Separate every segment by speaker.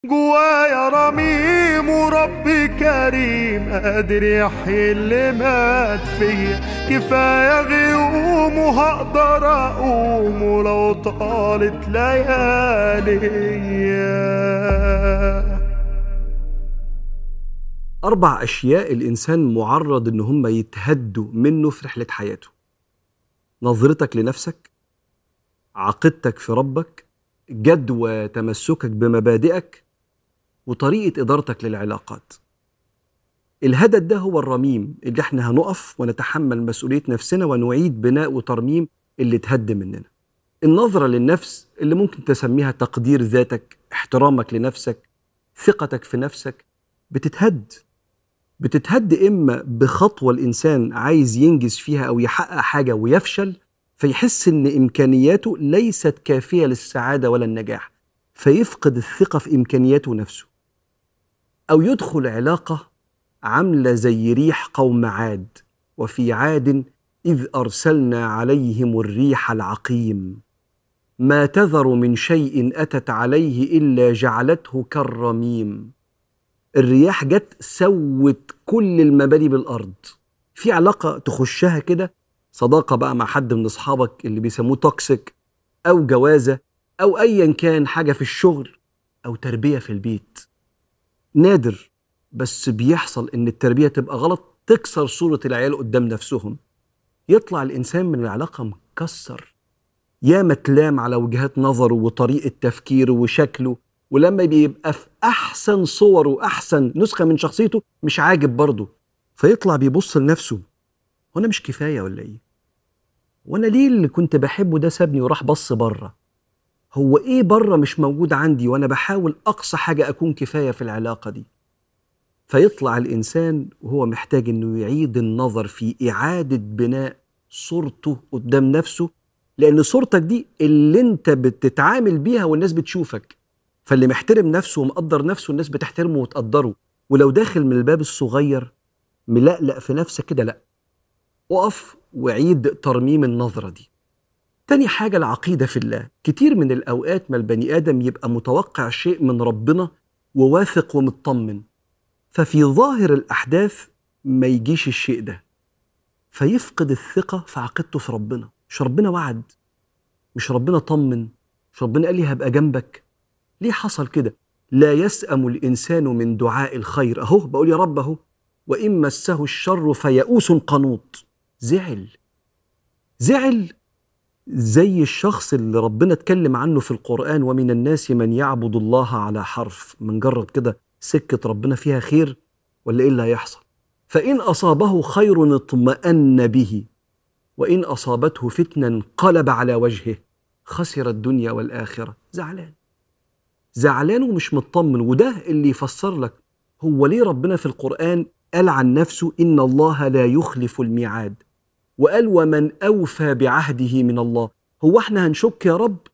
Speaker 1: جوايا رميم وربي كريم قادر يحيي اللي مات فيا. كفاية غيوم وهقدر أقوم ولو طالت ليالي.
Speaker 2: 4 أشياء الإنسان معرض إن هم يتهدوا منه في رحلة حياته: نظرتك لنفسك، عقيدتك في ربك، جدوى تمسكك بمبادئك، وطريقة إدارتك للعلاقات. الهدد ده هو الرميم اللي احنا هنقف ونتحمل مسؤولية نفسنا ونعيد بناء وترميم اللي اتهد مننا. النظرة للنفس اللي ممكن تسميها تقدير ذاتك، احترامك لنفسك، ثقتك في نفسك، بتتهد إما بخطوة الإنسان عايز ينجز فيها أو يحقق حاجة ويفشل، فيحس إن إمكانياته ليست كافية للسعادة ولا النجاح، فيفقد الثقة في إمكانياته نفسه. أو يدخل علاقة عاملة زي ريح قوم عاد: وفي عاد إذ أرسلنا عليهم الريح العقيم ما تذر من شيء أتت عليه إلا جعلته كالرميم. الرياح جت سوت كل المباني بالأرض. في علاقة تخشها كده، صداقة بقى مع حد من أصحابك اللي بيسموه توكسيك، أو جوازة، أو أيا كان حاجة في الشغل، أو تربية في البيت. نادر بس بيحصل إن التربية تبقى غلط، تكسر صورة العيال قدام نفسهم، يطلع الإنسان من العلاقة مكسر، ياما تلام على وجهات نظره وطريقة تفكيره وشكله، ولما بيبقى في أحسن صوره وأحسن نسخة من شخصيته مش عاجب برضه، فيطلع بيبص لنفسه: وأنا مش كفاية ولا إيه؟ وأنا ليه اللي كنت بحبه ده سابني وراح بص بره؟ هو إيه بره مش موجود عندي وأنا بحاول أقصى حاجة أكون كفاية في العلاقة دي؟ فيطلع الإنسان وهو محتاج إنه يعيد النظر في إعادة بناء صورته قدام نفسه، لأن صورتك دي اللي أنت بتتعامل بيها والناس بتشوفك. فاللي محترم نفسه ومقدر نفسه الناس بتحترمه وتقدره. ولو داخل من الباب الصغير ملقلق في نفسك كده، لأ، وقف وعيد ترميم النظرة دي. تاني حاجة العقيدة في الله. كتير من الأوقات ما البني آدم يبقى متوقع شيء من ربنا وواثق ومطمن، ففي ظاهر الأحداث ما يجيش الشيء ده، فيفقد الثقة في عقيدته في ربنا. مش ربنا وعد؟ مش ربنا طمن؟ مش ربنا قال لي هبقى جنبك؟ ليه حصل كده؟ لا يسأم الإنسان من دعاء الخير. أهو بقول يا رب أهو، وإن مسه الشر فيئوس قنوط. زعل زي الشخص اللي ربنا اتكلم عنه في القرآن: ومن الناس من يعبد الله على حرف. من جرب كده سكة ربنا فيها خير ولا إيه اللي هيحصل؟ فإن أصابه خير اطمأن به، وإن أصابته فتنة انقلب على وجهه خسر الدنيا والآخرة. زعلان ومش مطمن. وده اللي يفسر لك هو ليه ربنا في القرآن قال عن نفسه: إن الله لا يخلف الميعاد، وقال: ومن أوفى بعهده من الله. هو احنا هنشك يا رب؟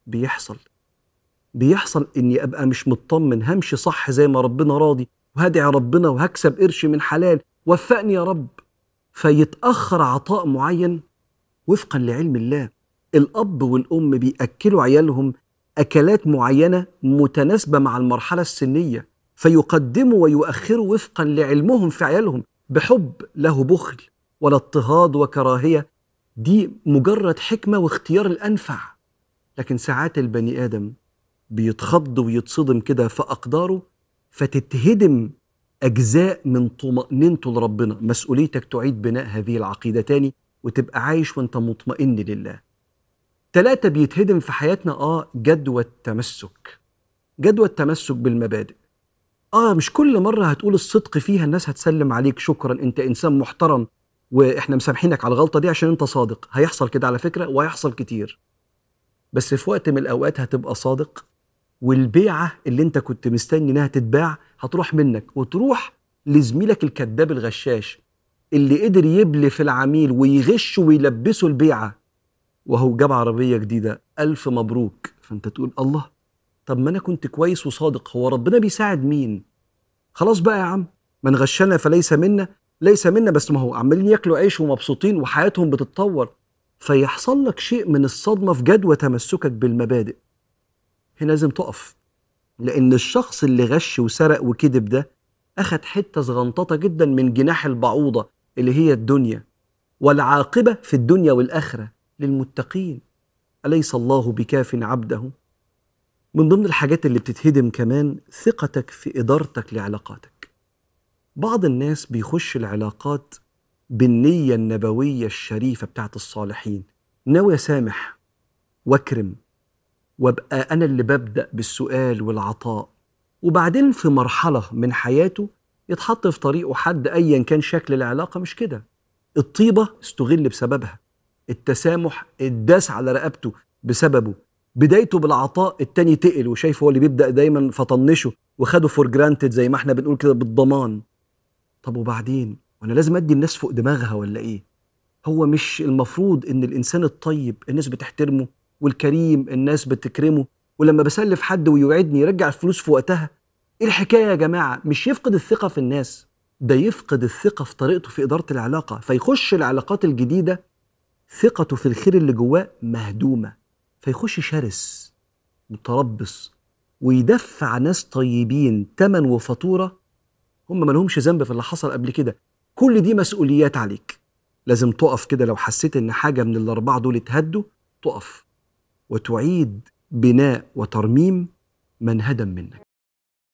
Speaker 2: بيحصل إني أبقى مش مطمن، همشي صح زي ما ربنا راضي، وهدعي ربنا وهكسب قرش من حلال، وفقني يا رب، فيتأخر عطاء معين وفقا لعلم الله. الأب والأم بيأكلوا عيالهم أكلات معينة متناسبة مع المرحلة السنية، فيقدموا ويؤخروا وفقا لعلمهم في عيالهم، بحب له بخل ولا اضطهاد وكراهية. دي مجرد حكمة واختيار الأنفع. لكن ساعات البني آدم بيتخض ويتصدم كده في أقداره، فتتهدم أجزاء من طمأنينته لربنا. مسؤوليتك تعيد بناء هذه العقيدة تاني وتبقى عايش وانت مطمئن لله. 3 بيتهدم في حياتنا جدوى التمسك بالمبادئ. مش كل مرة هتقول الصدق فيها الناس هتسلم عليك شكرا انت إنسان محترم واحنا مسامحينك على الغلطة دي عشان انت صادق. هيحصل كده على فكرة، وهيحصل كتير، بس في وقت من الأوقات هتبقى صادق، والبيعة اللي انت كنت مستني انها تتباع هتروح منك وتروح لزميلك الكذاب الغشاش اللي قدر يبلف العميل ويغش ويلبسه البيعة، وهو جاب عربية جديدة، ألف مبروك. فانت تقول: الله، طب ما أنا كنت كويس وصادق، هو ربنا بيساعد مين؟ خلاص بقى يا عم، من غشنا فليس منا. ليس منا، بس ما هو عمالين ياكلوا عيش ومبسوطين وحياتهم بتتطور، فيحصل لك شيء من الصدمة في جدوى تمسكك بالمبادئ. هنا لازم تقف، لأن الشخص اللي غش وسرق وكذب ده أخد حتة صغنططة جدا من جناح البعوضة اللي هي الدنيا، والعاقبة في الدنيا والآخرة للمتقين. أليس الله بكاف عبده؟ من ضمن الحاجات اللي بتتهدم كمان ثقتك في إدارتك لعلاقاتك. بعض الناس بيخش العلاقات بالنية النبوية الشريفة بتاعت الصالحين، ناوي أسامح واكرم وابقى أنا اللي ببدأ بالسؤال والعطاء، وبعدين في مرحلة من حياته يتحط في طريقه حد أيا كان شكل العلاقة مش كده. الطيبة استغل بسببها، التسامح اتداس على رقبته بسببه، بدايته بالعطاء التاني تقل وشايف هو اللي بيبدأ دايما فطنشه وخده فور جرانتد زي ما احنا بنقول كده بالضمان. طب وبعدين وانا لازم ادي الناس فوق دماغها ولا ايه؟ هو مش المفروض ان الانسان الطيب الناس بتحترمه، والكريم الناس بتكرمه، ولما بسلف حد ويوعدني يرجع الفلوس في وقتها؟ ايه الحكاية يا جماعة؟ مش يفقد الثقة في الناس، ده يفقد الثقة في طريقته في إدارة العلاقة، فيخش العلاقات الجديدة ثقته في الخير اللي جواه مهدومة، فيخش شرس متربص ويدفع ناس طيبين تمن وفاتورة هم مالهمش ذنب في اللي حصل قبل كده. كل دي مسؤوليات عليك. لازم تقف كده لو حسيت ان حاجة من الأربعة دول اتهدوا، تقف وتعيد بناء وترميم من هدم منك.